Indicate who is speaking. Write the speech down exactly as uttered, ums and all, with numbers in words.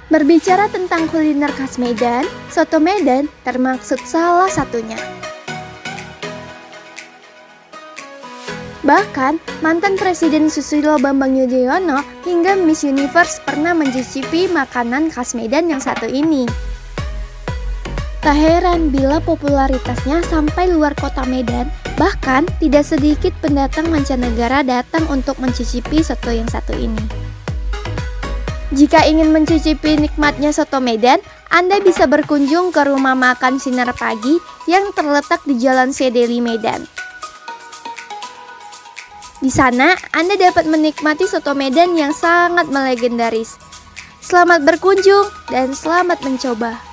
Speaker 1: Berbicara tentang kuliner khas Medan, soto Medan termaksud salah satunya. Bahkan, mantan Presiden Susilo Bambang Yudhoyono hingga Miss Universe pernah mencicipi makanan khas Medan yang satu ini. Tak heran bila popularitasnya sampai luar kota Medan, bahkan tidak sedikit pendatang mancanegara datang untuk mencicipi soto yang satu ini. Jika ingin mencicipi nikmatnya soto Medan, Anda bisa berkunjung ke rumah makan Sinar Pagi yang terletak di Jalan Sedeli, Medan. Di sana, Anda dapat menikmati soto Medan yang sangat melegendaris. Selamat berkunjung dan selamat mencoba.